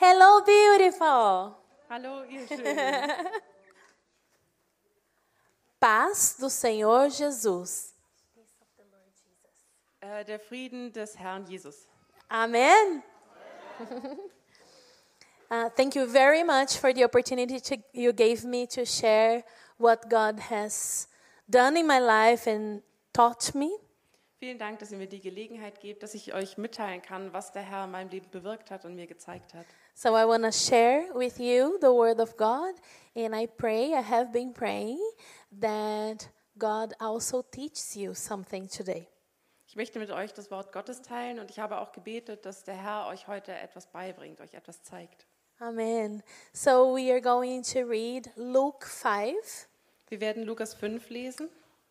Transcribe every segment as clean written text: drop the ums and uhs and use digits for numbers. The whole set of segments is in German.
Hello, beautiful. Hallo, ihr Schönen. Paz do Senhor Jesus. Der Frieden des Herrn Jesus. Amen. Thank you very much for the opportunity you gave me to share what God has done in my life and taught me. Vielen Dank, dass ihr mir die Gelegenheit gebt, dass ich euch mitteilen kann, was der Herr in meinem Leben bewirkt hat und mir gezeigt hat. So I want to share with you the Word of God, and I have been praying that God also teaches you something today. Ich möchte mit euch das Wort Gottes teilen und ich habe auch gebetet, dass der Herr euch heute etwas beibringt, euch etwas zeigt. Amen. So we are going to read Luke 5, Wir werden Lukas 5 lesen,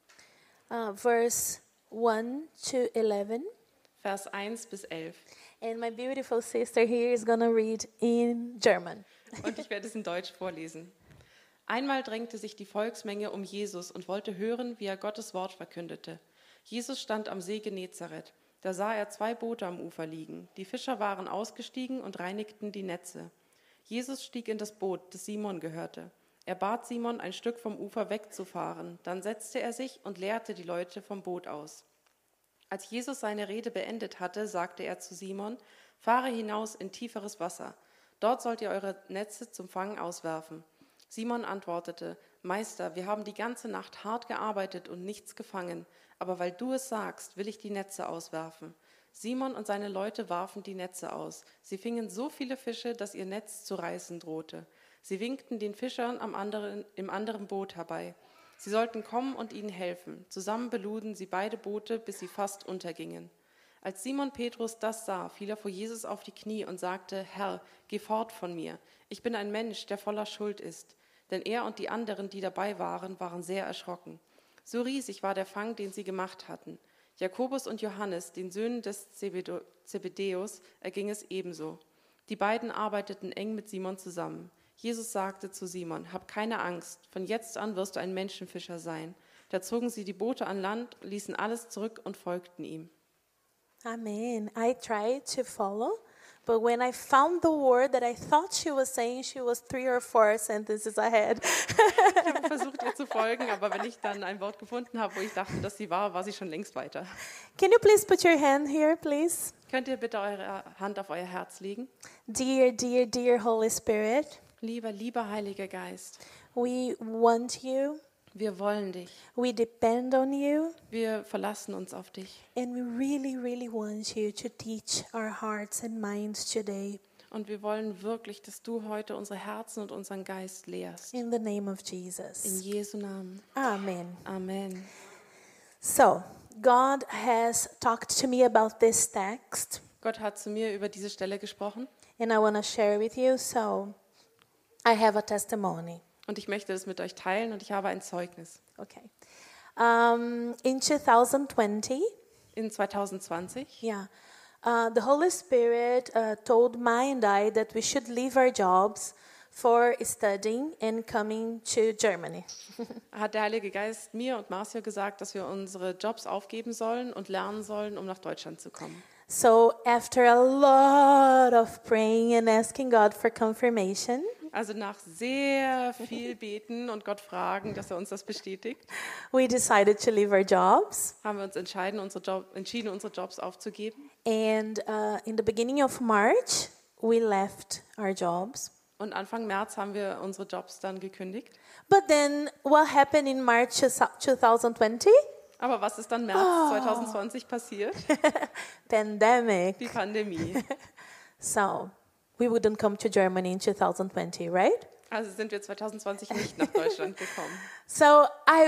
verse 1 to 11. Vers 1 bis 11. And my beautiful sister here is going to read in German. Und ich werde es in Deutsch vorlesen. Einmal drängte sich die Volksmenge um Jesus und wollte hören, wie er Gottes Wort verkündete. Jesus stand am See Genezareth. Da sah er 2 Boote am Ufer liegen. Die Fischer waren ausgestiegen und reinigten die Netze. Jesus stieg in das Boot, das Simon gehörte. Er bat Simon, ein Stück vom Ufer wegzufahren. Dann setzte er sich und lehrte die Leute vom Boot aus. Als Jesus seine Rede beendet hatte, sagte er zu Simon: Fahre hinaus in tieferes Wasser. Dort sollt ihr eure Netze zum Fangen auswerfen. Simon antwortete: Meister, wir haben die ganze Nacht hart gearbeitet und nichts gefangen. Aber weil du es sagst, will ich die Netze auswerfen. Simon und seine Leute warfen die Netze aus. Sie fingen so viele Fische, dass ihr Netz zu reißen drohte. Sie winkten den Fischern im anderen Boot herbei. Sie sollten kommen und ihnen helfen. Zusammen beluden sie beide Boote, bis sie fast untergingen. Als Simon Petrus das sah, fiel er vor Jesus auf die Knie und sagte: Herr, geh fort von mir. Ich bin ein Mensch, der voller Schuld ist. Denn er und die anderen, die dabei waren, waren sehr erschrocken. So riesig war der Fang, den sie gemacht hatten. Jakobus und Johannes, den Söhnen des Zebedäus, erging es ebenso. Die beiden arbeiteten eng mit Simon zusammen. Jesus sagte zu Simon: Hab keine Angst, von jetzt an wirst du ein Menschenfischer sein. Da zogen sie die Boote an Land, ließen alles zurück und folgten ihm. Amen. I tried to follow, but when I found the word that I thought she was saying, she was 3 or 4 sentences ahead. Ich habe versucht, ihr zu folgen, aber wenn ich dann ein Wort gefunden habe, wo ich dachte, dass sie war sie schon längst weiter. Can you please put your hand here, please? Könnt ihr bitte eure Hand auf euer Herz legen? Dear, dear, dear Holy Spirit, Lieber Heiliger Geist, we want you, wir wollen dich. we depend on you, Wir verlassen uns auf dich. and we really, really want you to teach our hearts and minds today. Und wir wollen wirklich, dass du heute unsere Herzen und unseren Geist lehrst. In the name of In Jesus. Jesu Namen. Amen. Amen. So, God has talked to me about this text, Gott hat zu mir über diese Stelle gesprochen and I want to share with you. So, I have a testimony. und ich möchte das mit euch teilen und ich habe ein Zeugnis. Okay. In 2020, In 2020 the Holy Spirit told Mai and I that we should leave our jobs for studying and coming to Germany. hat der Heilige Geist mir und Marcio gesagt, dass wir unsere Jobs aufgeben sollen und lernen sollen, um nach Deutschland zu kommen. So after a lot of praying and asking God for confirmation, Also nach sehr viel Beten und Gott fragen, dass er uns das bestätigt, we decided to leave our jobs. haben wir uns entschieden, unsere Jobs aufzugeben. And in the beginning of March, we left our jobs. Und Anfang März haben wir unsere Jobs dann gekündigt. But then what happened in March 2020? Aber was ist dann März 2020 passiert? Pandemic. Die Pandemie. So we wouldn't come to Germany in 2020, right? Also sind wir 2020 nicht nach Deutschland gekommen. So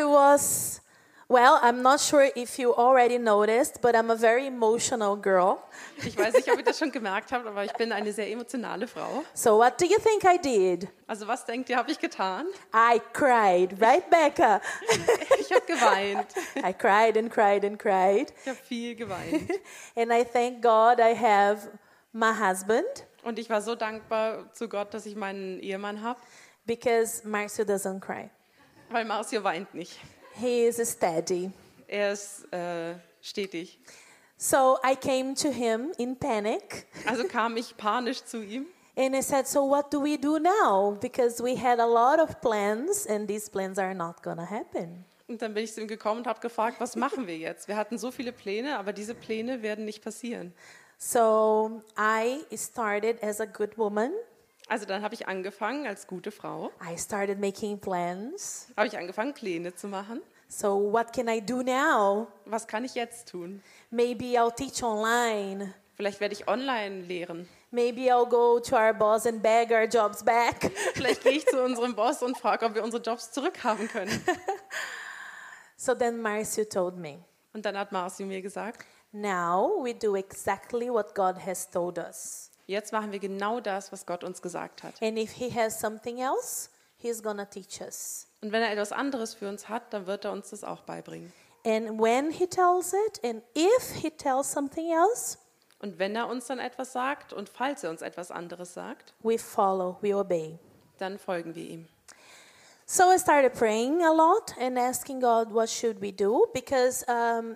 I'm not sure if you already noticed, but I'm a very emotional girl. Ich weiß nicht, ob ihr das schon gemerkt habt, aber ich bin eine sehr emotionale Frau. So what do you think I did? Also was denkt ihr, habe ich getan? I cried, right, Becca? Ich habe geweint. I cried and cried and cried. Ich habe viel geweint. And I thank God I have my husband Und ich war so dankbar zu Gott, dass ich meinen Ehemann habe, because Marcio doesn't cry. weil Marcio weint nicht. He is steady. Er ist stetig. So I came to him in panic Also kam ich panisch zu ihm And I said, so what do we do now? Because we had a lot of plans and these plans are not going to happen. Und dann bin ich zu ihm gekommen und habe gefragt, was machen wir jetzt? Wir hatten so viele Pläne, aber diese Pläne werden nicht passieren. So I started as a good woman. Also dann habe ich angefangen als gute Frau, I started making plans. habe ich angefangen, Pläne zu machen. So what can I do now? Was kann ich jetzt tun? Maybe I'll teach online. Vielleicht werde ich online lehren. Maybe I'll go to our boss and beg our jobs back. Vielleicht gehe ich zu unserem Boss und frage, ob wir unsere Jobs zurückhaben können. So then Marcio told me, Und dann hat Marci mir gesagt, now we do exactly what God has told us. jetzt machen wir genau das, was Gott uns gesagt hat. And if he has something else, he's going to teach us. Und wenn er etwas anderes für uns hat, dann wird er uns das auch beibringen. And when he tells it, and if he tells something else, Und wenn er uns dann etwas sagt und falls er uns etwas anderes sagt, we follow, we obey. dann folgen wir ihm. So I started praying a lot and asking God, what should we do? Because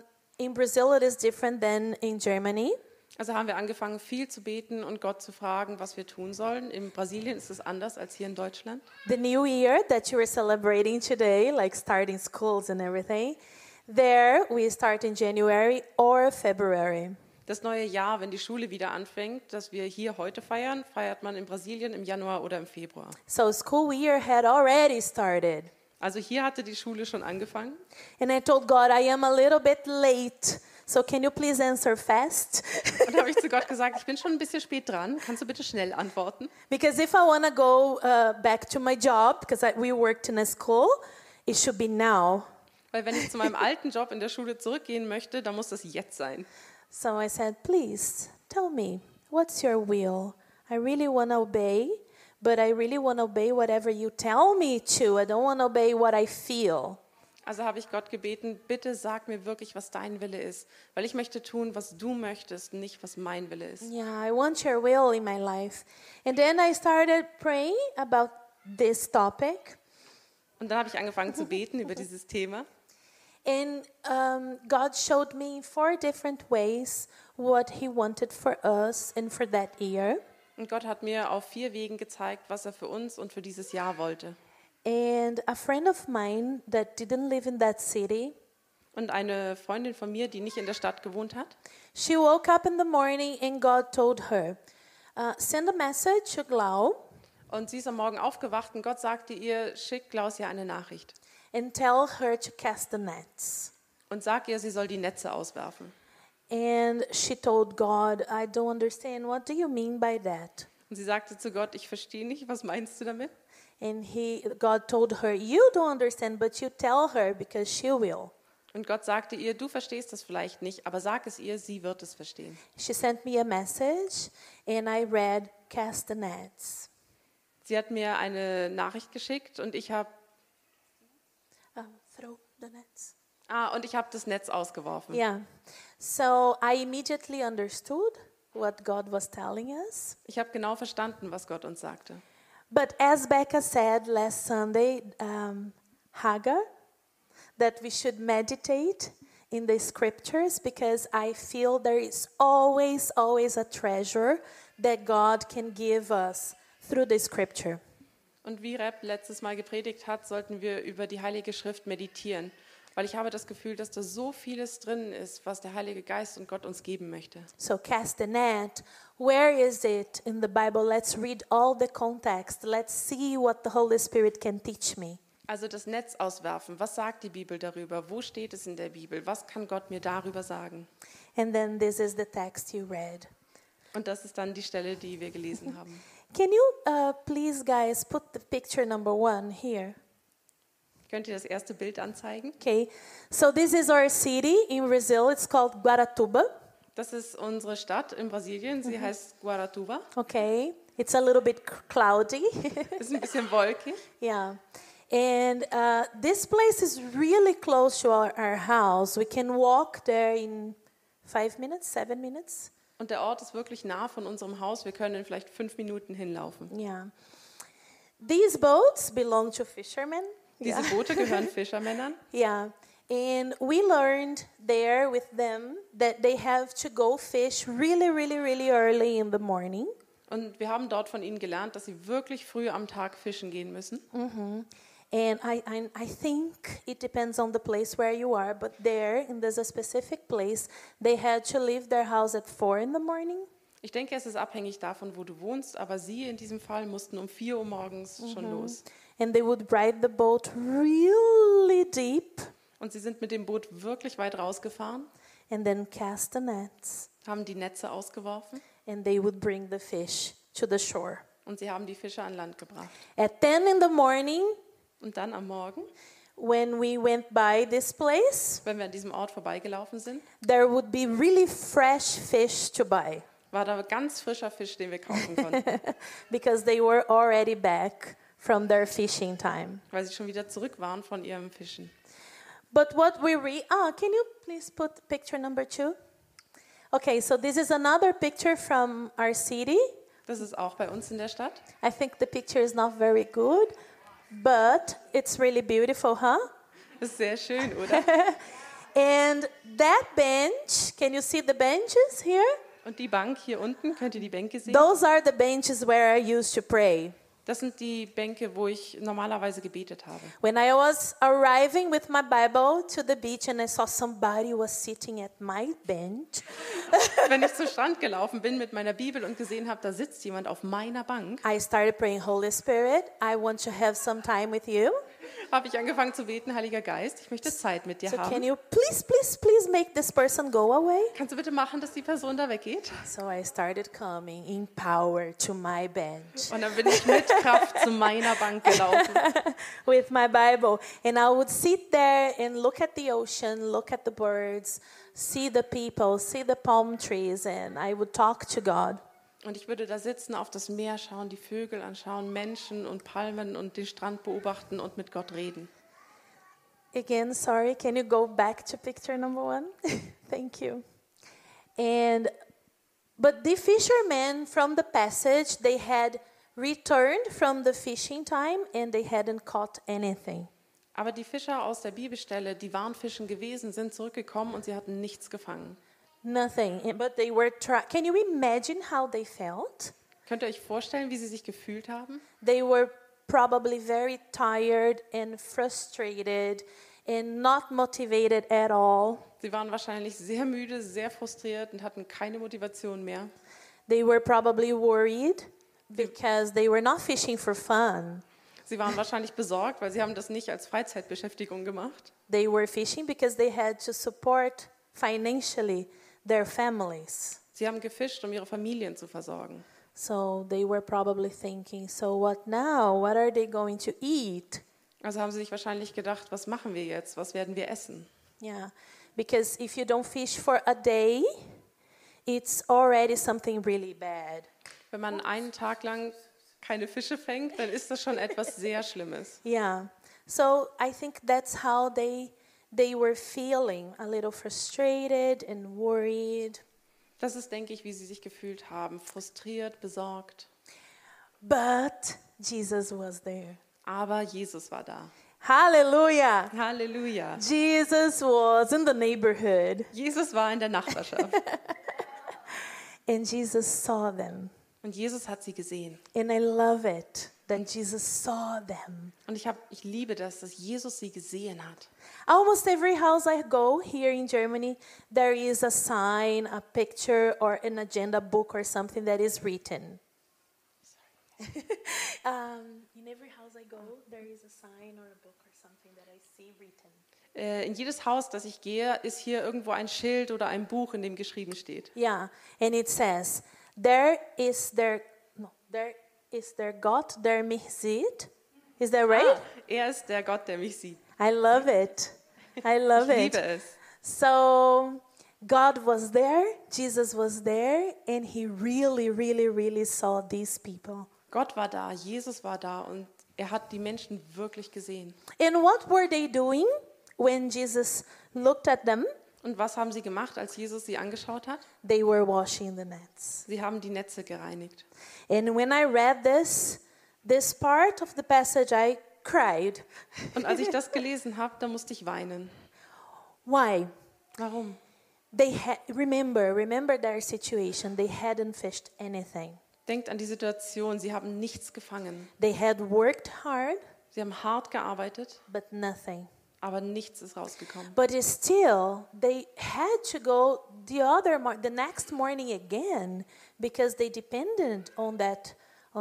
in Brazil it is different than in Germany. Also haben wir angefangen, viel zu beten und Gott zu fragen, was wir tun sollen. In Brasilien ist es anders als hier in Deutschland. The new year that you are celebrating today, like starting schools and everything, there we start in January or February. Das neue Jahr, wenn die Schule wieder anfängt, das wir hier heute feiern, feiert man in Brasilien im Januar oder im Februar. So school year had already started. Also hier hatte die Schule schon angefangen. And I told God, I am a little bit late. So can you please answer fast? Und da habe ich zu Gott gesagt, ich bin schon ein bisschen spät dran. Kannst du bitte schnell antworten? Because if I want to go back to my job, because we worked in a school, it should be now. Weil wenn ich zu meinem alten Job in der Schule zurückgehen möchte, dann muss das jetzt sein. So I said, please tell me, what's your will? I really want to obey, but I really want to obey whatever you tell me to. I don't want to obey what I feel. Also habe ich Gott gebeten, bitte sag mir wirklich, was dein Wille ist. Weil ich möchte tun, was du möchtest, nicht was mein Wille ist. Yeah, I want your will in my life. And then I started praying about this topic. Und dann habe ich angefangen zu beten über dieses Thema. And God showed me in 4 different ways what He wanted for us and for that year. Und Gott hat mir auf 4 Wegen gezeigt, was er für uns und für dieses Jahr wollte. And a friend of mine that didn't live in that city, Und eine Freundin von mir, die nicht in der Stadt gewohnt hat, she woke up in the morning and God told her, send a message to Glau und sie ist am Morgen aufgewacht und Gott sagte ihr, schick Klaus ja eine Nachricht and tell her to cast the nets. und sag ihr, sie soll die Netze auswerfen. And she told God, I don't understand. What do you mean by that? Und sie sagte zu Gott, ich verstehe nicht, was meinst du damit? And God told her, you don't understand, but you tell her because she will. Und Gott sagte ihr, du verstehst das vielleicht nicht, aber sag es ihr, sie wird es verstehen. She sent me a message and I read, cast the nets. Sie hat mir eine Nachricht geschickt und ich habe Throw the nets. das Netz ausgeworfen. Yeah. So I immediately understood what God was telling us. Ich habe genau verstanden, was Gott uns sagte. But as Becca said last Sunday, Hagar, that we should meditate in the scriptures because I feel there is always a treasure that God can give us through the scripture. Und wie Rep letztes Mal gepredigt hat, sollten wir über die Heilige Schrift meditieren. Weil ich habe das Gefühl, dass da so vieles drin ist, was der Heilige Geist und Gott uns geben möchte. So cast the net. Where is it in the Bible? Let's read all the context. Let's see what the Holy Spirit can teach me. Also das Netz auswerfen. Was sagt die Bibel darüber? Wo steht es in der Bibel? Was kann Gott mir darüber sagen? And then this is the text you read. Und das ist dann die Stelle, die wir gelesen haben. Can you please, guys, put the picture number 1 here? Könnt ihr das erste Bild anzeigen? Okay, so this is our city in Brazil. It's called Guaratuba. Das ist unsere Stadt in Brasilien. Sie heißt Guaratuba. Okay, it's a little bit cloudy. Ist ein bisschen wolkig. Yeah, and this place is really close to our house. We can walk there in 5 minutes, 7 minutes. Und der Ort ist wirklich nah von unserem Haus. Wir können in vielleicht 5 Minuten hinlaufen. Yeah, these boats belong to fishermen. Diese Boote gehören Fischermännern. Yeah, and we learned there with them that they have to go fish really early in the morning. Und wir haben dort von ihnen gelernt, dass sie wirklich früh am Tag fischen gehen müssen. And I think it depends on the place where you are, but there, in this specific place, they had to leave their house at 4 in the morning. Ich denke, es ist abhängig davon, wo du wohnst, aber sie in diesem Fall mussten um 4 Uhr morgens schon los. And they would ride the boat really deep Und sie sind mit dem Boot wirklich weit rausgefahren, and then cast the nets. haben die Netze ausgeworfen And they would bring the fish to the shore. und sie haben die Fische an Land gebracht. At 10 in the morning, Und dann am Morgen, when we went by this place, wenn wir an diesem Ort vorbeigelaufen sind, there would be really fresh fish to buy war da ganz frischer Fisch, den wir kaufen konnten, because they were already back from their fishing time. weil sie schon wieder zurück waren von ihrem Fischen. But what we read, can you please put picture number 2? Okay, so this is another picture from our city. Das ist auch bei uns in der Stadt. I think the picture is not very good, but it's really beautiful, huh? Das ist sehr schön, oder? And that bench, can you see the benches here? Und die Bank hier unten, könnt ihr die Bänke sehen? Those are the benches where I used to pray. Das sind die Bänke, wo ich normalerweise gebetet habe. When I was arriving with my Bible to the beach and I saw somebody was sitting at my bench, Wenn ich zum Strand gelaufen bin mit meiner Bibel und gesehen habe, da sitzt jemand auf meiner Bank, I started praying, Holy Spirit, I want to have some time with you. habe ich angefangen zu beten, Heiliger Geist, ich möchte Zeit mit dir So can haben. you please make this person go away? Kannst du bitte machen, dass die Person da weggeht? So I started coming in power to my bench Und dann bin ich mit Kraft zu meiner Bank gelaufen. with my Bible. And I would sit there and look at the ocean, look at the birds, see the people, see the palm trees, and I would talk to God. Und ich würde da sitzen, auf das Meer schauen, die Vögel anschauen, Menschen und Palmen und den Strand beobachten und mit Gott reden. Again, sorry, can you go back to picture number 1? Thank you. But the fishermen from the passage, they had returned from the fishing time and they hadn't caught anything. Aber die Fischer aus der Bibelstelle, die waren fischen gewesen, sind zurückgekommen und sie hatten nichts gefangen. Nothing, but they were Can you imagine how they felt? Könnt ihr euch vorstellen, wie sie sich gefühlt haben? They were probably very tired and frustrated and not motivated at all. Sie waren wahrscheinlich sehr müde, sehr frustriert und hatten keine Motivation mehr. They were probably worried because they were not fishing for fun. Sie waren wahrscheinlich besorgt, weil sie haben das nicht als Freizeitbeschäftigung gemacht. They were fishing because they had to support financially their families. Sie haben gefischt, um ihre Familien zu versorgen. So they were probably thinking, so what now? What are they going to eat? Also haben sie sich wahrscheinlich gedacht, was machen wir jetzt? Was werden wir essen? Yeah, because if you don't fish for a day, it's already something really bad. Wenn man einen Tag lang keine Fische fängt, dann ist das schon etwas sehr Schlimmes. Yeah. So I think that's how they were feeling, a little frustrated and worried. Das ist, denke ich, wie sie sich gefühlt haben, frustriert, besorgt. But Jesus was there. Aber Jesus war da. Hallelujah. Halleluja. Jesus was in the neighborhood Jesus war in der Nachbarschaft and Jesus saw them. und Jesus hat sie gesehen. And I love it that Jesus saw them. Und ich liebe das, dass Jesus sie gesehen hat. Almost every house I go here in Germany, there is a sign, a picture, or an agenda book or something that is written. In every house I go, there is a sign or a book or something that I see written. In jedes Haus, das ich gehe, ist hier irgendwo ein Schild oder ein Buch, in dem geschrieben steht. Yeah, and it says, there is their God, der mich sieht. Is that right? Er ist der Gott, der mich sieht. I love it. I love Ich it. liebe es. So God was there, Jesus was there, and he really, really, really saw these people. Gott war da, Jesus war da und er hat die Menschen wirklich gesehen. And what were they doing when Jesus looked at them? Und was haben sie gemacht, als Jesus sie angeschaut hat? They were washing the nets. Sie haben die Netze gereinigt. And when I read this part of the passage, I cried. Und als ich das gelesen habe, da musste ich weinen. Why? Warum? They remember their situation. They hadn't fished anything. Denkt an die Situation, sie haben nichts gefangen. They had worked hard, Sie haben hart gearbeitet, but nothing. aber nichts ist rausgekommen. But it's still, they had to go the next morning again because they depended on that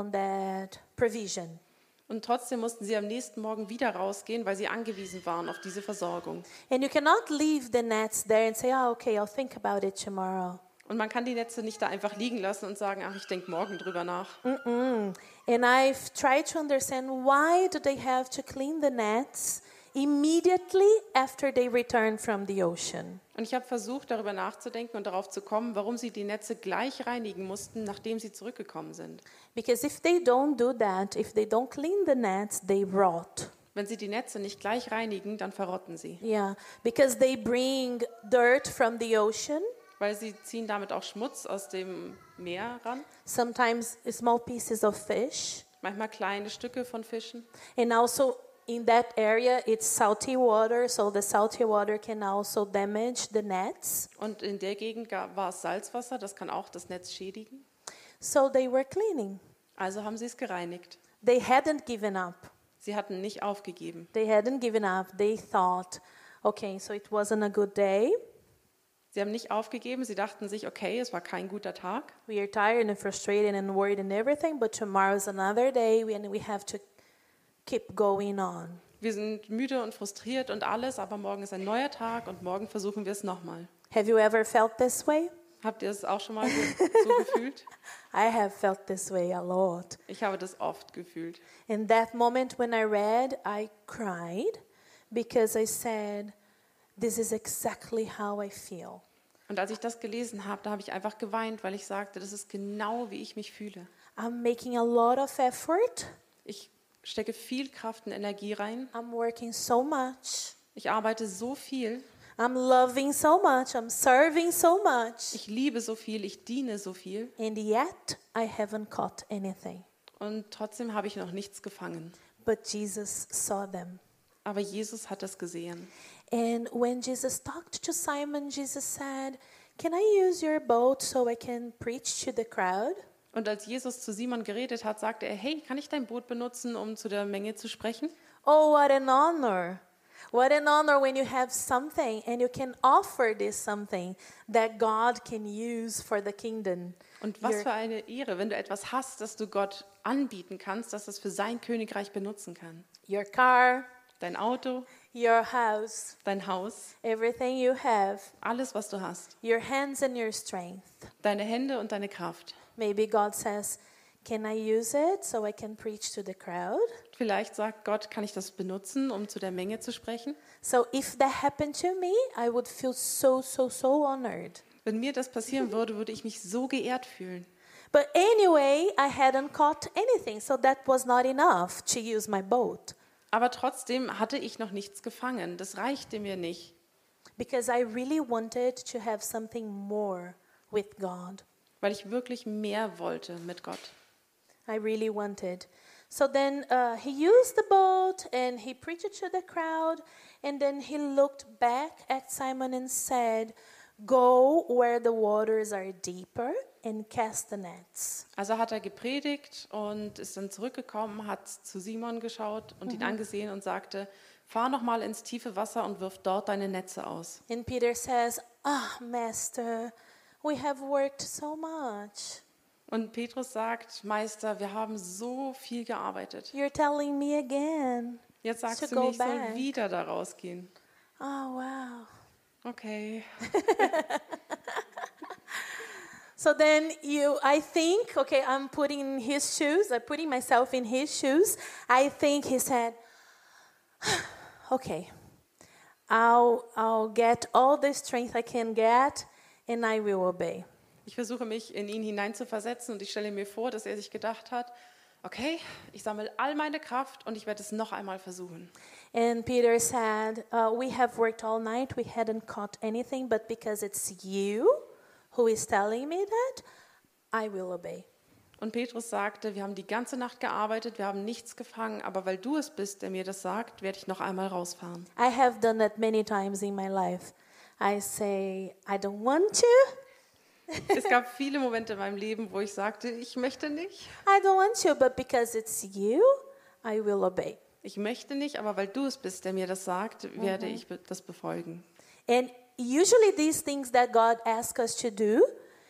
provision. Und trotzdem mussten sie am nächsten Morgen wieder rausgehen, weil sie angewiesen waren auf diese Versorgung. And you cannot leave the nets there and say, oh, okay, I'll think about it tomorrow. Und man kann die Netze nicht da einfach liegen lassen und sagen, ach, ich denke morgen drüber nach. And I've tried to understand why do they have to clean the nets immediately after they return from the ocean. Und ich habe versucht, darüber nachzudenken und darauf zu kommen, warum sie die Netze gleich reinigen mussten, nachdem sie zurückgekommen sind. Because if they don't do that, if they don't clean the nets, they rot. Wenn sie die Netze nicht gleich reinigen, dann verrotten sie. Yeah, because they bring dirt from the ocean, Weil sie ziehen damit auch Schmutz aus dem Meer ran. sometimes small pieces of fish, Manchmal kleine Stücke von Fischen. and also in that area it's salty water, so the salty water can also damage the nets. Und in der Gegend war es Salzwasser, das kann auch das Netz schädigen. So they were cleaning. Also haben sie es gereinigt. They hadn't given up. Sie hatten nicht aufgegeben. They hadn't given up. They thought, okay, so it wasn't a good day. Sie haben nicht aufgegeben. Sie dachten sich, okay, es war kein guter Tag. We are tired and frustrated and worried and everything, but tomorrow's another day and we have to keep going on. Wir sind müde und frustriert und alles, aber morgen ist ein neuer Tag und morgen versuchen wir es nochmal. Have you ever felt this way? Habt ihr es auch schon mal so gefühlt? I have felt this way a lot. Ich habe das oft gefühlt. In that moment when I read, I cried because I said, this is exactly how I feel. Und als ich das gelesen habe, da habe ich einfach geweint, weil ich sagte, das ist genau, wie ich mich fühle. I'm making a lot of effort. Ich stecke viel Kraft und Energie rein. I'm working so much. Ich arbeite so viel. I'm loving so much. I'm serving so much. Ich liebe so viel. Ich diene so viel. And yet, I haven't caught anything. Und trotzdem habe ich noch nichts gefangen. But Jesus saw them. Aber Jesus hat das gesehen. And when Jesus talked to Simon, Jesus said, "Can I use your boat so I can preach to the crowd?" Und als Jesus zu Simon geredet hat, sagte er, hey, kann ich dein Boot benutzen, um zu der Menge zu sprechen? Oh, what an honor. What an honor when you have something and you can offer this something that God can use for the kingdom. Und was für eine Ehre, wenn du etwas hast, das du Gott anbieten kannst, dass es für sein Königreich benutzen kann. Your car, Dein Auto, your house, dein Haus, everything you have, alles, was du hast. your hands and your strength. Deine Hände und deine Kraft. Maybe God says, "Can I use it so I can preach to the crowd?" Vielleicht sagt Gott, kann ich das benutzen, um zu der Menge zu sprechen? So if that happened to me, I would feel so honored. Wenn mir das passieren würde, würde ich mich so geehrt fühlen. But anyway, I hadn't caught anything, so that was not enough to use my boat. Aber trotzdem hatte ich noch nichts gefangen. Das reichte mir nicht. Because I really wanted to have something more with God. Weil ich wirklich mehr wollte mit Gott. I really wanted. So then he used the boat and he preached to the crowd. And then he looked back at Simon and said, "Go where the waters are deeper and cast the nets." Also hat er gepredigt und ist dann zurückgekommen, hat zu Simon geschaut und ihn angesehen und sagte, fahr noch mal ins tiefe Wasser und wirf dort deine Netze aus. And Peter says, Master, we have worked so much. Und Petrus sagt, Meister, wir haben so viel gearbeitet. You're telling me again Jetzt sagst to du go mir, ich soll back. wieder da rausgehen. Oh, wow. Okay. So then I think, okay, I'm putting myself in his shoes. I think he said, okay, I'll get all the strength I can get and I will obey. Ich versuche mich in ihn hineinzuversetzen und ich stelle mir vor, dass er sich gedacht hat, okay, ich sammle all meine Kraft und ich werde es noch einmal versuchen. And Peter said, we have worked all night, we hadn't caught anything, but because it's you who is telling me that, I will obey. Und Petrus sagte, wir haben die ganze Nacht gearbeitet, wir haben nichts gefangen, aber weil du es bist, der mir das sagt, werde ich noch einmal rausfahren. I have done that many times in my life. I say, I don't want to, Es gab viele Momente in meinem Leben, wo ich sagte, ich möchte nicht. I don't want to, but because it's you, I will obey. Ich möchte nicht, aber weil du es bist, der mir das sagt, werde ich das befolgen. And usually these things that God asks us to do,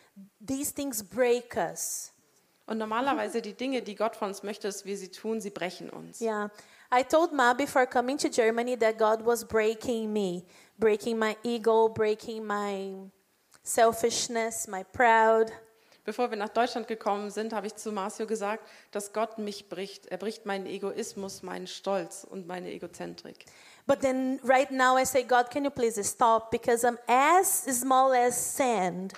these things break us. Und normalerweise die Dinge, die Gott von uns möchte, dass wir sie tun, sie brechen uns. Yeah. I told Ma before coming to Germany that God was breaking me, breaking my ego, breaking my selfishness, my pride. Bevor wir nach Deutschland gekommen sind, habe ich zu Marcio gesagt, dass Gott mich bricht. Er bricht meinen Egoismus, meinen Stolz und meine Egozentrik. But then right now I say, God, can you please stop? Because I'm as small as sand.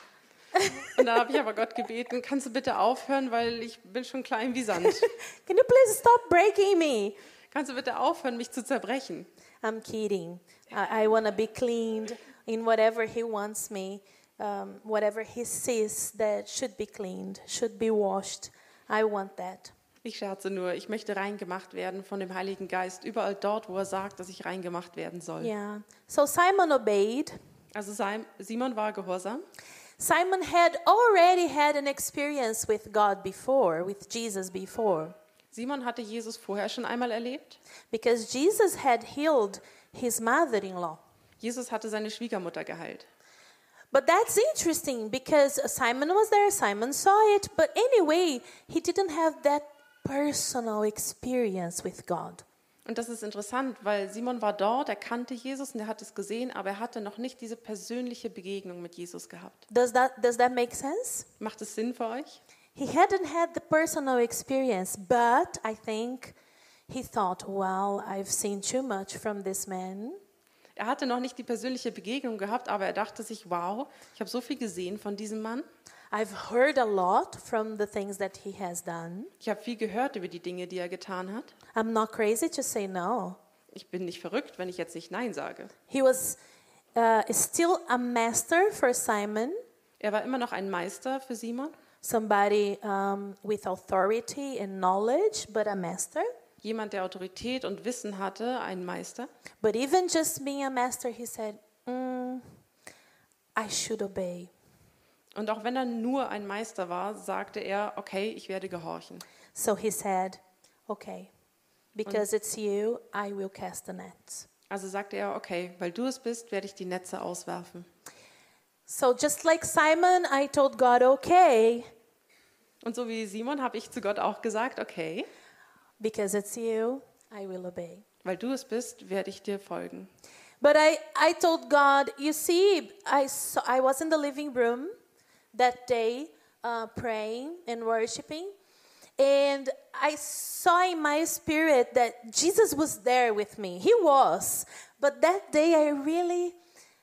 Und dann habe ich aber Gott gebeten, kannst du bitte aufhören, weil ich bin schon klein wie Sand. Can you please stop breaking me? Kannst du bitte aufhören, mich zu zerbrechen? I'm kidding. I want to be cleaned in whatever he wants me, whatever he sees that should be cleaned, should be washed. I want that. Ich scherze nur, ich möchte rein gemacht werden von dem Heiligen Geist, überall dort, wo er sagt, dass ich rein gemacht werden soll. Yeah. So Simon obeyed. Also Simon war gehorsam. Simon had already had an experience with God before, with Jesus before, Simon hatte Jesus vorher schon einmal erlebt. because Jesus had healed his mother-in-law. Jesus hatte seine Schwiegermutter geheilt. But that's interesting because Simon was there, Simon saw it, but anyway, he didn't have that personal experience with God. Und das ist interessant, weil Simon war dort, er kannte Jesus und er hat es gesehen, aber er hatte noch nicht diese persönliche Begegnung mit Jesus gehabt. Does that make sense? Macht es Sinn für euch? He hadn't had the personal experience, but I think he thought, well, I've seen too much from this man. Er hatte noch nicht die persönliche Begegnung gehabt, aber er dachte sich, wow, ich habe so viel gesehen von diesem Mann. I've heard a lot from the things that he has done. Ich habe viel gehört über die Dinge, die er getan hat. I'm not crazy to say no. Ich bin nicht verrückt, wenn ich jetzt nicht Nein sage. He was still a master for Simon, Er war immer noch ein Meister für Simon, somebody with authority and knowledge, but a master. jemand, der Autorität und Wissen hatte, ein Meister. But even just being a master, he said, I should obey. Und auch wenn er nur ein Meister war, sagte er, okay, ich werde gehorchen. So he said, okay, because it's you, I will cast the nets. Also sagte er, okay, weil du es bist, werde ich die Netze auswerfen. So just like Simon, I told God, okay, Und so wie Simon habe ich zu Gott auch gesagt, okay, because it's you, I will obey. weil du es bist, werde ich dir folgen. But I told God, you see, I was in the living room that day praying and worshiping, and I saw in my spirit that Jesus was there with me. He was. But that day I really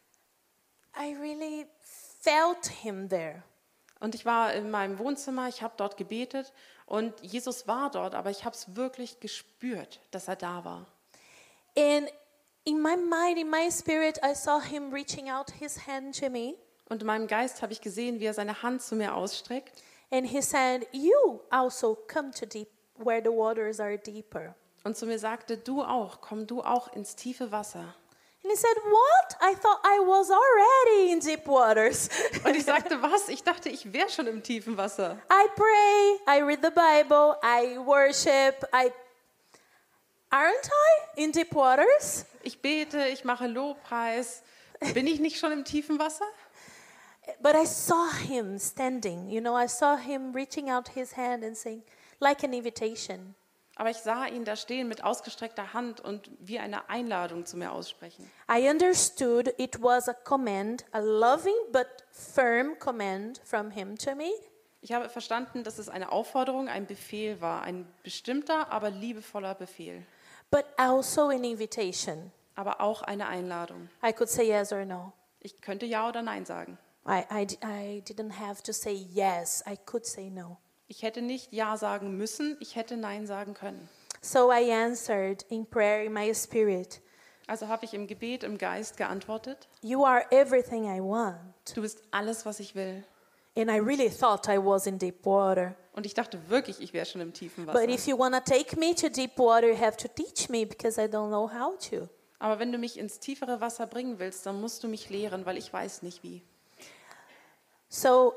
felt him there. Und ich war in meinem Wohnzimmer, ich habe dort gebetet und Jesus war dort, aber ich habe es wirklich gespürt, dass er da war. And in my mind, in my spirit, I saw him reaching out his hand to me. Und in meinem Geist habe ich gesehen, wie er seine Hand zu mir ausstreckt. And he said, you also come to deep where the waters are deeper. Und zu mir sagte, du auch, komm du auch ins tiefe Wasser. And he said, what? I thought I was already in deep waters. Und ich sagte, was? Ich dachte, ich wäre schon im tiefen Wasser. I pray, I read the Bible, I worship, aren't I in deep waters? Ich bete, ich mache Lobpreis. Bin ich nicht schon im tiefen Wasser? But I saw him standing, I saw him reaching out his hand and saying, like an invitation. Aber ich sah ihn da stehen mit ausgestreckter Hand und wie eine Einladung zu mir aussprechen. I understood it was a command, a loving but firm command from him to me. Ich habe verstanden, dass es eine Aufforderung, ein Befehl war, ein bestimmter, aber liebevoller Befehl. But also an invitation. Aber auch eine Einladung. I could say yes or no. Ich könnte Ja oder Nein sagen. I didn't have to say yes, I could say no. Ich hätte nicht Ja sagen müssen, ich hätte Nein sagen können. So I answered in prayer in my spirit, Also habe ich im Gebet, im Geist geantwortet, you are everything I want. du bist alles, was ich will. And I really thought I was in deep water. Und ich dachte wirklich, ich wäre schon im tiefen But Wasser. if you want to take me to deep water, you have to teach me because I don't know how to. Aber wenn du mich ins tiefere Wasser bringen willst, dann musst du mich lehren, weil ich weiß nicht wie. So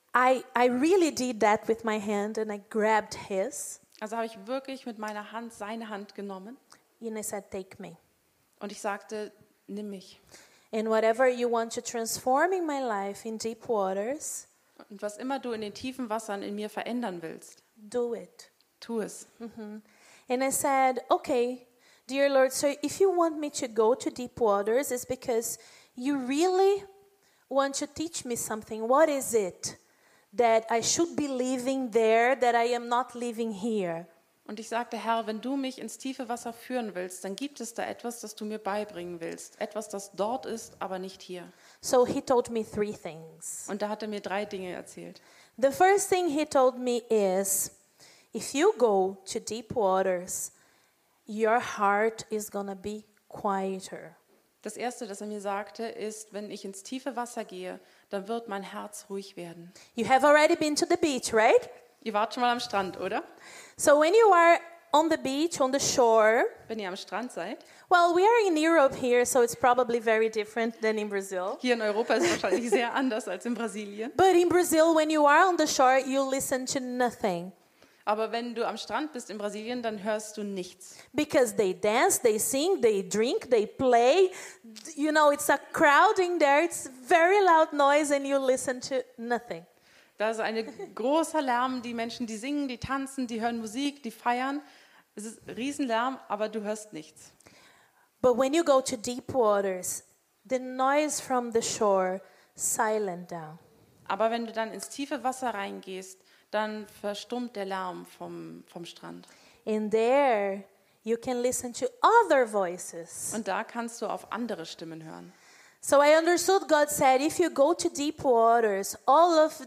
I really did that with my hand and I grabbed his Also habe ich wirklich mit meiner Hand seine Hand genommen and I said, take me. und ich sagte, nimm mich. And whatever you want to transform in my life in deep waters, Und was immer du in den tiefen Wassern in mir verändern willst, do it. tu es. And I said, okay, dear Lord, so if you want me to go to deep waters, it's because you really want to teach me something. What is it that I should be living there that I am not living here? Und ich sagte, Herr, wenn du mich ins tiefe Wasser führen willst, dann gibt es da etwas, das du mir beibringen willst. Etwas, das dort ist, aber nicht hier. So he told me 3 things. Und da hat er mir 3 Dinge erzählt. The first thing he told me is, if you go to deep waters, your heart is going to be quieter. Das Erste, das er mir sagte, ist, wenn ich ins tiefe Wasser gehe, dann wird mein Herz ruhig werden. You have already been to the beach, right? Ihr wart schon mal am Strand, oder? So when you are on the beach, on the shore, Wenn ihr am Strand seid. well, we are in Europe here, so it's probably very different than in Brazil. Hier in Europa ist es wahrscheinlich sehr anders als in Brasilien. But in Brazil, when you are on the shore, you listen to nothing. Aber wenn du am Strand bist in Brasilien, dann hörst du nichts. Because they dance, they sing, they drink, they play. You know, it's a crowd in there. It's very loud noise and you listen to nothing. Da ist ein großer Lärm, die Menschen, die singen, die tanzen, die hören Musik, die feiern. Es ist Riesenlärm, aber du hörst nichts. But when you go to deep waters, the noise from the shore silent down. Aber wenn du dann ins tiefe Wasser reingehst, dann verstummt der Lärm vom Strand. And there you can listen to other voices. Und da kannst du auf andere Stimmen hören. So I understood God said, if you go to deep waters, all of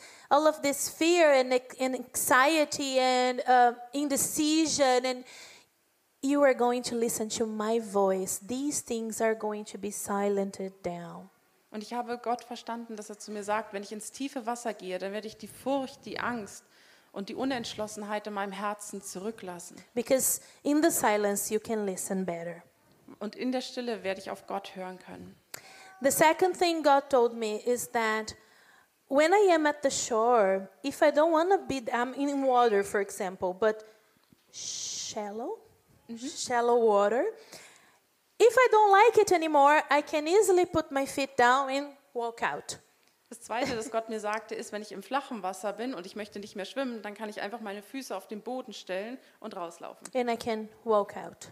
this fear and anxiety and indecision, and you are going to listen to my voice. These things are going to be silenced down. Und ich habe Gott verstanden, dass er zu mir sagt, wenn ich ins tiefe Wasser gehe, dann werde ich die Furcht, die Angst und die Unentschlossenheit in meinem Herzen zurücklassen. Because in the silence you can listen better. Und in der Stille werde ich auf Gott hören können. The second thing God told me is that when I am at the shore, if I don't want to be, I'm in water, for example, but shallow water. If I don't like it anymore, I can easily put my feet down and walk out. Das Zweite, das Gott mir sagte, ist, wenn ich im flachen Wasser bin und ich möchte nicht mehr schwimmen, dann kann ich einfach meine Füße auf den Boden stellen und rauslaufen. And I can walk out.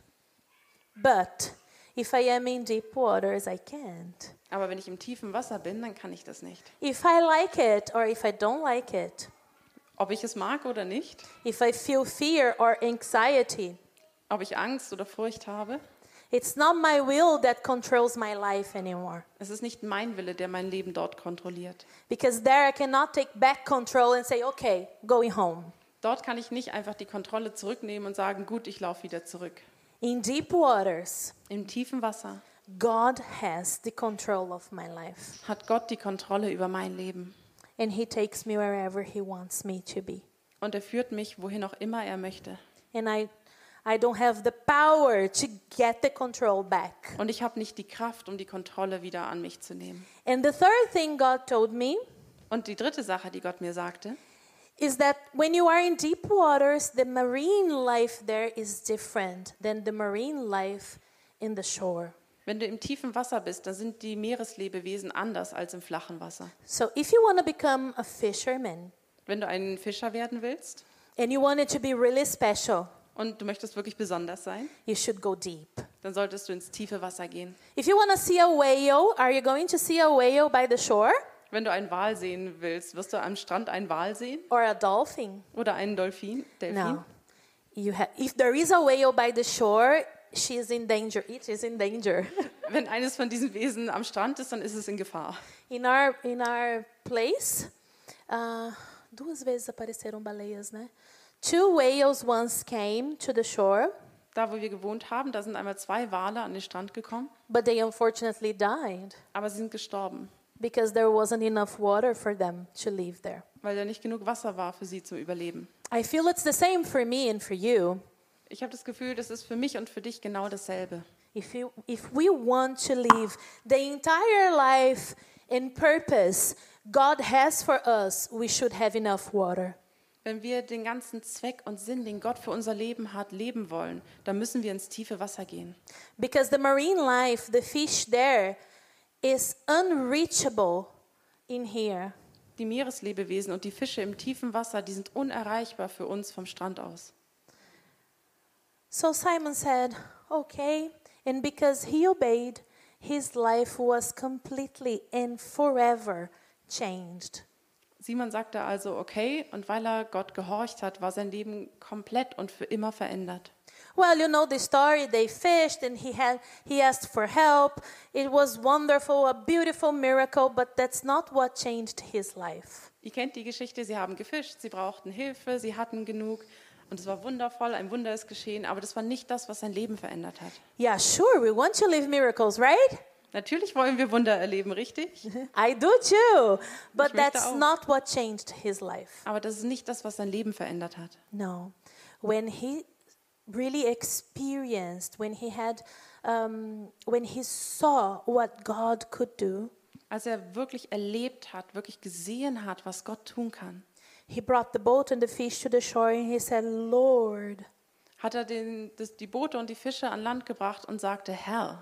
But if I am in deep waters, I can't. Aber wenn ich im tiefen Wasser bin, dann kann ich das nicht. If I like it or if I don't like it, Ob ich es mag oder nicht, if I feel fear or anxiety, ob ich Angst oder Furcht habe, it's not my will that controls my life anymore. es ist nicht mein Wille, der mein Leben dort kontrolliert. Because there I cannot take back control and say, okay, going home. Dort kann ich nicht einfach die Kontrolle zurücknehmen und sagen, gut, ich laufe wieder zurück. In deep waters, Im tiefen Wasser God has the control of my life. hat Gott die Kontrolle über mein Leben. And He takes me wherever He wants me to be. Und er führt mich, wohin auch immer er möchte. And I don't have the power to get the control back. Und ich habe nicht die Kraft, um die Kontrolle wieder an mich zu nehmen. And the third thing God told me Und die dritte Sache, die Gott mir sagte, is that when you are in deep waters, the marine life there is different than the marine life in the shore. wenn du im tiefen Wasser bist, dann sind die Meereslebewesen anders als im flachen Wasser. So if you want to become a fisherman Wenn du ein Fischer werden willst and you want it to be really special, und du möchtest wirklich besonders sein, you should go deep. dann solltest du ins tiefe Wasser gehen. If you want to see a whale, are you going to see a whale by the shore Wenn du einen Wal sehen willst, wirst du am Strand einen Wal sehen or a dolphin? oder einen Delfin? No. If there is a whale by the shore, she is in danger. It is in danger. Wenn eines von diesen Wesen am Strand ist, dann ist es in Gefahr. In our place, duas vezes apareceram baleias, né? 2 whales once came to the shore, Da, wo wir gewohnt haben, da sind einmal 2 Wale an den Strand gekommen, but they unfortunately died aber sie sind gestorben, because there wasn't enough water for them to live there. weil da nicht genug Wasser war für sie zum Überleben. I feel it's the same for me and for you. Ich habe das Gefühl, das ist für mich und für dich genau dasselbe. If we want to live the entire life and purpose God has for us, we should have enough water. Wenn wir den ganzen Zweck und Sinn, den Gott für unser Leben hat, leben wollen, dann müssen wir ins tiefe Wasser gehen. Because the marine life, the fish there, is unreachable in here. Die Meereslebewesen und die Fische im tiefen Wasser, die sind unerreichbar für uns vom Strand aus. So Simon said, okay, and because he obeyed, his life was completely and forever changed. Simon sagte also, okay, und weil er Gott gehorcht hat, war sein Leben komplett und für immer verändert. Well, you know the story. They fished and he asked for help. It was wonderful, a beautiful miracle, but that's not what changed his life. Ihr kennt die Geschichte, sie haben gefischt, sie brauchten Hilfe, sie hatten genug und es war wundervoll, ein Wunder ist geschehen, aber das war nicht das, was sein Leben verändert hat. Yeah, sure, we want to live miracles, right? Natürlich wollen wir Wunder erleben, richtig? I do too, but Ich möchte that's auch. not what changed his life. Aber das ist nicht das, was sein Leben verändert hat. No. When he really experienced, when he saw what God could do, Als er wirklich erlebt hat, wirklich gesehen hat, was Gott tun kann, he brought the boat and the fish to the shore and he said, Lord. hat er die Boote und die Fische an Land gebracht und sagte, Herr.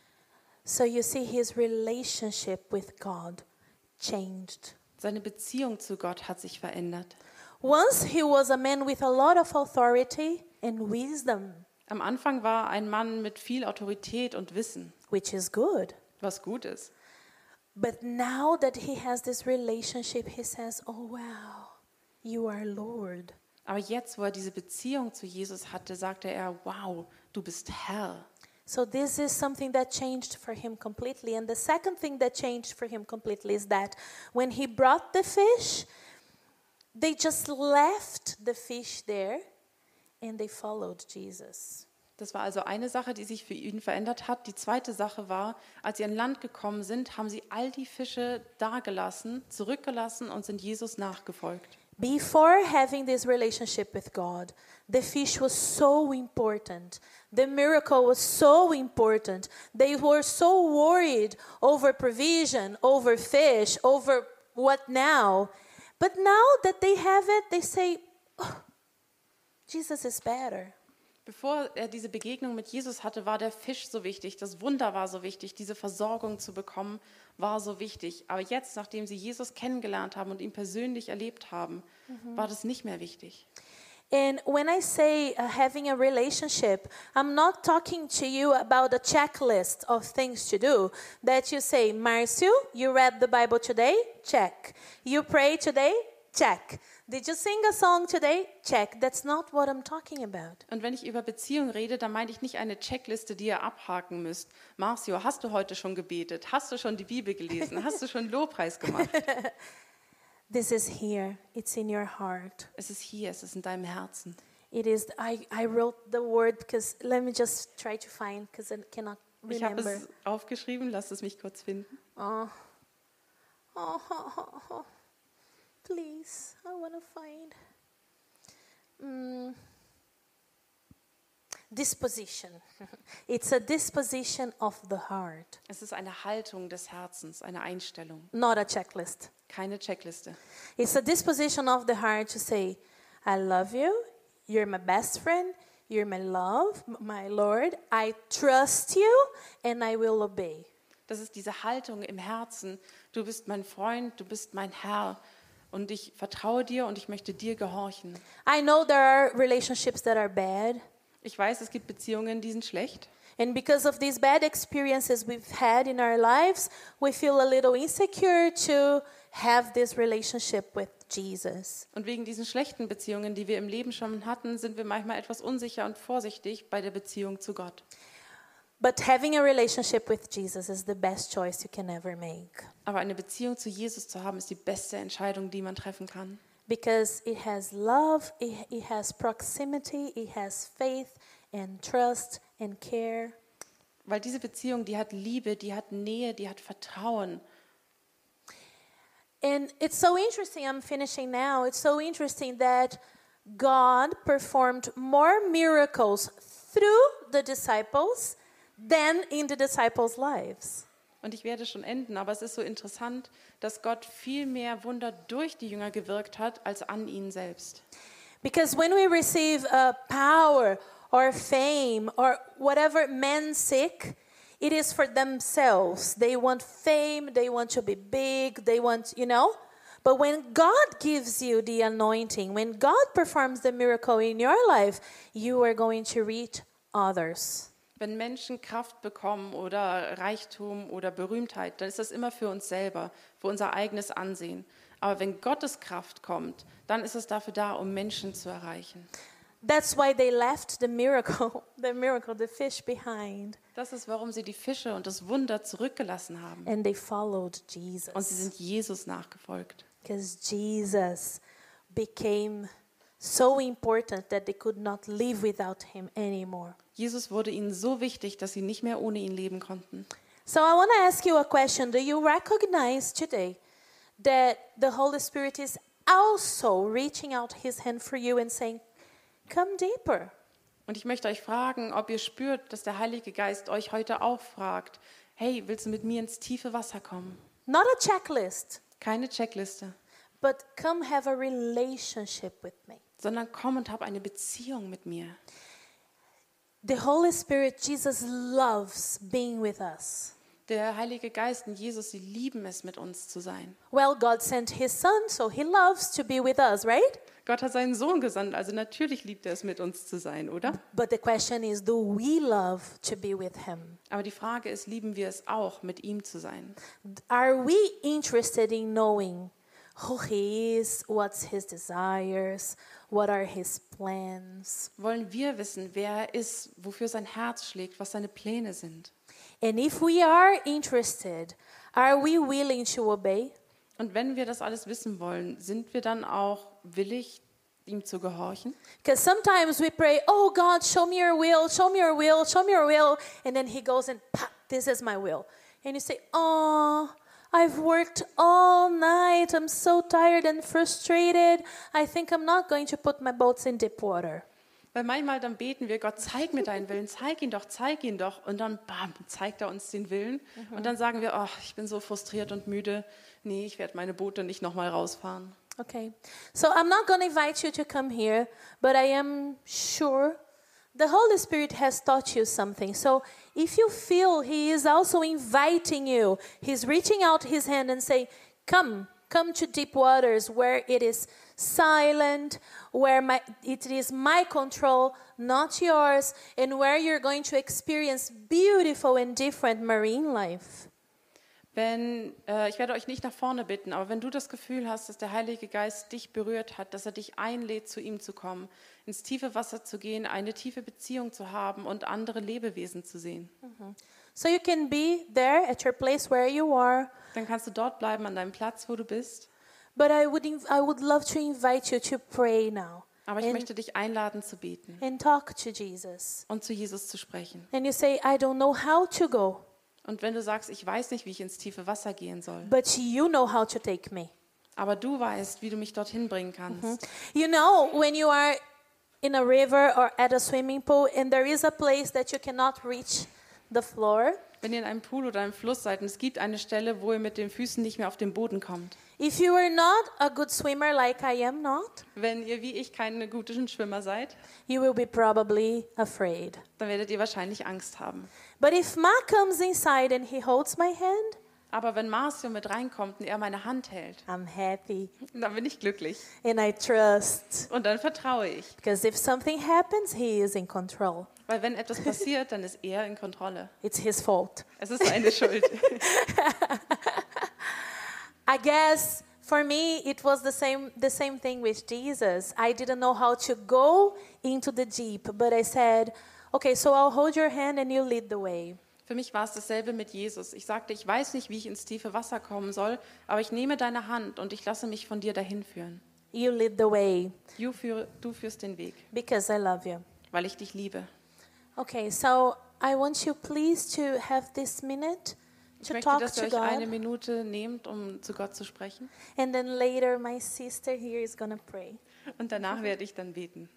So you see, his relationship with God changed. Seine Beziehung zu Gott hat sich verändert. Once he was a man with a lot of authority and wisdom, Am Anfang war ein Mann mit viel Autorität und Wissen, which is good. was gut ist. But now that he has this relationship, he says, oh wow, you are Lord. Aber jetzt, wo er diese Beziehung zu Jesus hatte, sagte er, wow, du bist Herr. So this is something that changed for him completely. And the second thing that changed for him completely is that when he brought the fish, they just left the fish there and they followed Jesus. Das war also eine Sache, die sich für ihn verändert hat. Die zweite Sache war, als sie an Land gekommen sind, haben sie all die Fische dagelassen, zurückgelassen und sind Jesus nachgefolgt. Before having this relationship with God, the fish was so important. The miracle was so important. They were so worried over provision, over fish, over what now. But now that they have it, they say, oh, Jesus is better. Bevor er diese Begegnung mit Jesus hatte, war der Fisch so wichtig, das Wunder war so wichtig, diese Versorgung zu bekommen, war so wichtig. Aber jetzt, nachdem sie Jesus kennengelernt haben und ihn persönlich erlebt haben, war das nicht mehr wichtig. And when I say having a relationship, I'm not talking to you about a checklist of things to do. That you say, Marcio, you read the Bible today? Check. You pray today? Check. Did you sing a song today? Check. That's not what I'm talking about. Und wenn ich über Beziehung rede, dann meine ich nicht eine Checkliste, die ihr abhaken müsst. Marcio, hast du heute schon gebetet? Hast du schon die Bibel gelesen? Hast du schon Lobpreis gemacht? This is here. It's in your heart. Es ist hier, es ist in deinem Herzen. It is. I wrote the word because let me just try to find because I cannot Ich habe remember. es aufgeschrieben, lasst es mich kurz finden. Oh, please, I want to find. Disposition. It's a disposition of the heart, Es ist eine Haltung des Herzens, eine Einstellung, not a checklist. keine Checkliste. It's a disposition of the heart to say, I love you, you're my best friend, you're my love, my Lord, I trust you, and I will obey. Das ist diese Haltung im Herzen. Du bist mein Freund, du bist mein Herr und ich vertraue dir und ich möchte dir gehorchen. I know there are relationships that are bad, Ich weiß, es gibt Beziehungen, die sind schlecht. and because of these bad experiences we've had in our lives, we feel a little insecure to have this relationship with Jesus. Und wegen diesen schlechten Beziehungen, die wir im Leben schon hatten, sind wir manchmal etwas unsicher und vorsichtig bei der Beziehung zu Gott. But having a relationship with Jesus is the best choice you can ever make, Aber eine Beziehung zu Jesus zu haben, ist die beste Entscheidung, die man treffen kann. because it has love, it has proximity, it has faith and trust and care. Weil diese Beziehung, die hat Liebe, die hat Nähe, die hat Vertrauen. And it's so interesting, I'm finishing now, it's so interesting that God performed more miracles through the disciples than in the disciples' lives. Und ich werde schon enden, aber es ist so interessant, dass Gott viel mehr Wunder durch die Jünger gewirkt hat, als an ihnen selbst. Because when we receive power or fame or whatever men seek, it is for themselves. They want fame, they want to be big, they want, But when God gives you the anointing, when God performs the miracle in your life, you are going to reach others. Wenn Menschen Kraft bekommen oder Reichtum oder Berühmtheit, dann ist das immer für uns selber, für unser eigenes Ansehen. Aber wenn Gottes Kraft kommt, dann ist es dafür da, um Menschen zu erreichen. That's why they left the fish behind. Das ist, warum sie die Fische und das Wunder zurückgelassen haben. And they followed Und sie Jesus. sind Jesus nachgefolgt. Because Jesus became so important that they could not live without him anymore. Jesus wurde ihnen so wichtig, dass sie nicht mehr ohne ihn leben konnten. So I want to ask you a question. Do you recognize today that the Holy Spirit is also reaching out his hand for you and saying, come deeper? Und ich möchte euch fragen, ob ihr spürt, dass der Heilige Geist euch heute auch fragt, hey, willst du mit mir ins tiefe Wasser kommen? Not a checklist, Keine Checkliste, but come have a relationship with me. sondern komm und hab eine Beziehung mit mir. The Holy Spirit, Jesus loves being with us. Der Heilige Geist und Jesus, sie lieben es, mit uns zu sein. Well, God sent his son, so he loves to be with us, right? Gott hat seinen Sohn gesandt, also natürlich liebt er es, mit uns zu sein, oder? But the question is, do we love to be with him? Aber die Frage ist, lieben wir es auch, mit ihm zu sein? Are we interested in knowing who he is, what's his desires, what are his plans? Wollen wir wissen, wer er ist, wofür sein Herz schlägt, was seine Pläne sind? And if we are interested, are we willing to obey? Und wenn wir das alles wissen wollen, sind wir dann auch willig, ihm zu gehorchen? Because sometimes we pray, oh God, show me your will, show me your will, show me your will. And then he goes and, "Pah, this is my will." And you say, oh, I've worked all night. I'm so tired and frustrated. I think I'm not going to put my boats in deep water. Weil manchmal dann beten wir, Gott, zeig mir deinen Willen, zeig ihn doch, zeig ihn doch. Und dann, bam, zeigt er uns den Willen. Und dann sagen wir, oh, ich bin so frustriert und müde. Nee, ich werde meine Boote nicht nochmal rausfahren. Okay, so I'm not going to invite you to come here, but I am sure the Holy Spirit has taught you something. So if you feel he is also inviting you, he's reaching out his hand and say, come to deep waters where it is silent, where it is my control, not yours, and where you're going to experience beautiful and different marine life. Ich werde euch nicht nach vorne bitten, aber wenn du das Gefühl hast, dass der Heilige Geist dich berührt hat, dass er dich einlädt, zu ihm zu kommen, ins tiefe Wasser zu gehen, eine tiefe Beziehung zu haben und andere Lebewesen zu sehen. So you can be there at your place where you are. Dann kannst du dort bleiben an deinem Platz, wo du bist. But I would love to invite you to pray now. Aber ich möchte dich einladen zu beten And talk to Jesus. und zu Jesus zu sprechen. And you say, I don't know how to go, Und wenn du sagst, ich weiß nicht, wie ich ins tiefe Wasser gehen soll, but you know how to take me. aber du weißt, wie du mich dorthin bringen kannst. You know, when you are in a river or at a swimming pool and there is a place that you cannot reach the floor, Wenn ihr in einem Pool oder einem Fluss seid und es gibt eine Stelle, wo ihr mit den Füßen nicht mehr auf den Boden kommt. if you are not a good swimmer like I am not, Wenn ihr wie ich keine guten Schwimmer seid, you will be probably afraid. dann werdet ihr wahrscheinlich Angst haben. But if Ma comes inside and he holds my hand, Aber wenn Marcio mit reinkommt und er meine Hand hält, I'm happy dann bin ich glücklich. and I trust. Und dann vertraue ich. Because if something happens, he is in control. Weil wenn etwas passiert, dann ist er in Kontrolle. It's his fault. Es ist seine Schuld. I guess for me it was the same thing with Jesus. I didn't know how to go into the deep, but I said, okay, so I'll hold your hand and you lead the way. Für mich war es dasselbe mit Jesus. Ich sagte, ich weiß nicht, wie ich ins tiefe Wasser kommen soll, aber ich nehme deine Hand und ich lasse mich von dir dahin führen. You lead the way Du führst den Weg, because I love you. weil ich dich liebe. Okay, so I want you please to have this minute Ich to möchte, talk dass to ihr euch eine God, Minute nehmt, um zu Gott zu sprechen. and then later my sister here is going to pray. Und danach werde ich dann beten.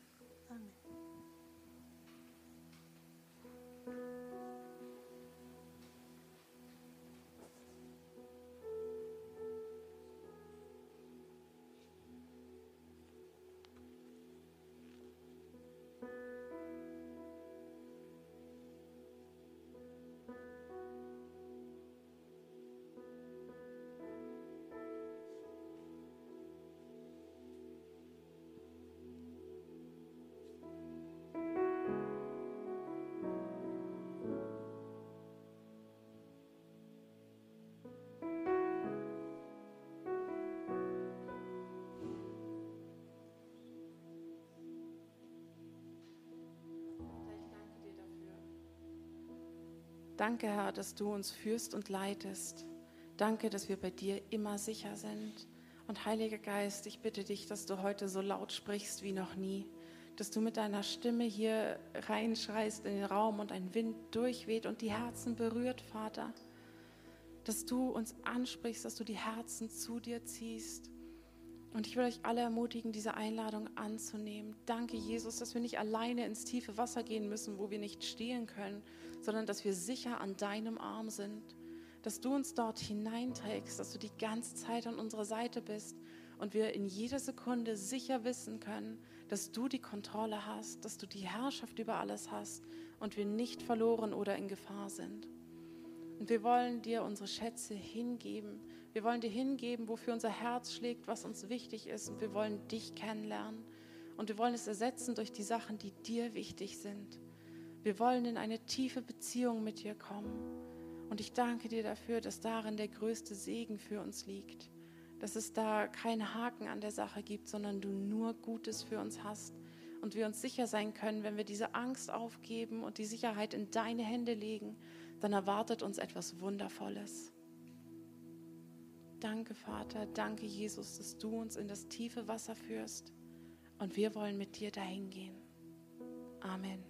Danke, Herr, dass du uns führst und leitest. Danke, dass wir bei dir immer sicher sind. Und Heiliger Geist, ich bitte dich, dass du heute so laut sprichst wie noch nie. Dass du mit deiner Stimme hier reinschreist in den Raum und ein Wind durchweht und die Herzen berührt, Vater. Dass du uns ansprichst, dass du die Herzen zu dir ziehst. Und ich will euch alle ermutigen, diese Einladung anzunehmen. Danke, Jesus, dass wir nicht alleine ins tiefe Wasser gehen müssen, wo wir nicht stehen können, sondern dass wir sicher an deinem Arm sind. Dass du uns dort hineinträgst, dass du die ganze Zeit an unserer Seite bist und wir in jeder Sekunde sicher wissen können, dass du die Kontrolle hast, dass du die Herrschaft über alles hast und wir nicht verloren oder in Gefahr sind. Und wir wollen dir unsere Schätze hingeben. Wir wollen dir hingeben, wofür unser Herz schlägt, was uns wichtig ist. Und wir wollen dich kennenlernen. Und wir wollen es ersetzen durch die Sachen, die dir wichtig sind. Wir wollen in eine tiefe Beziehung mit dir kommen. Und ich danke dir dafür, dass darin der größte Segen für uns liegt. Dass es da keinen Haken an der Sache gibt, sondern du nur Gutes für uns hast. Und wir uns sicher sein können, wenn wir diese Angst aufgeben und die Sicherheit in deine Hände legen, dann erwartet uns etwas Wundervolles. Danke, Vater, danke, Jesus, dass du uns in das tiefe Wasser führst und wir wollen mit dir dahin gehen. Amen.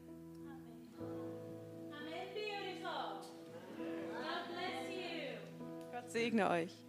Amen, beautiful. God bless you. Gott segne euch.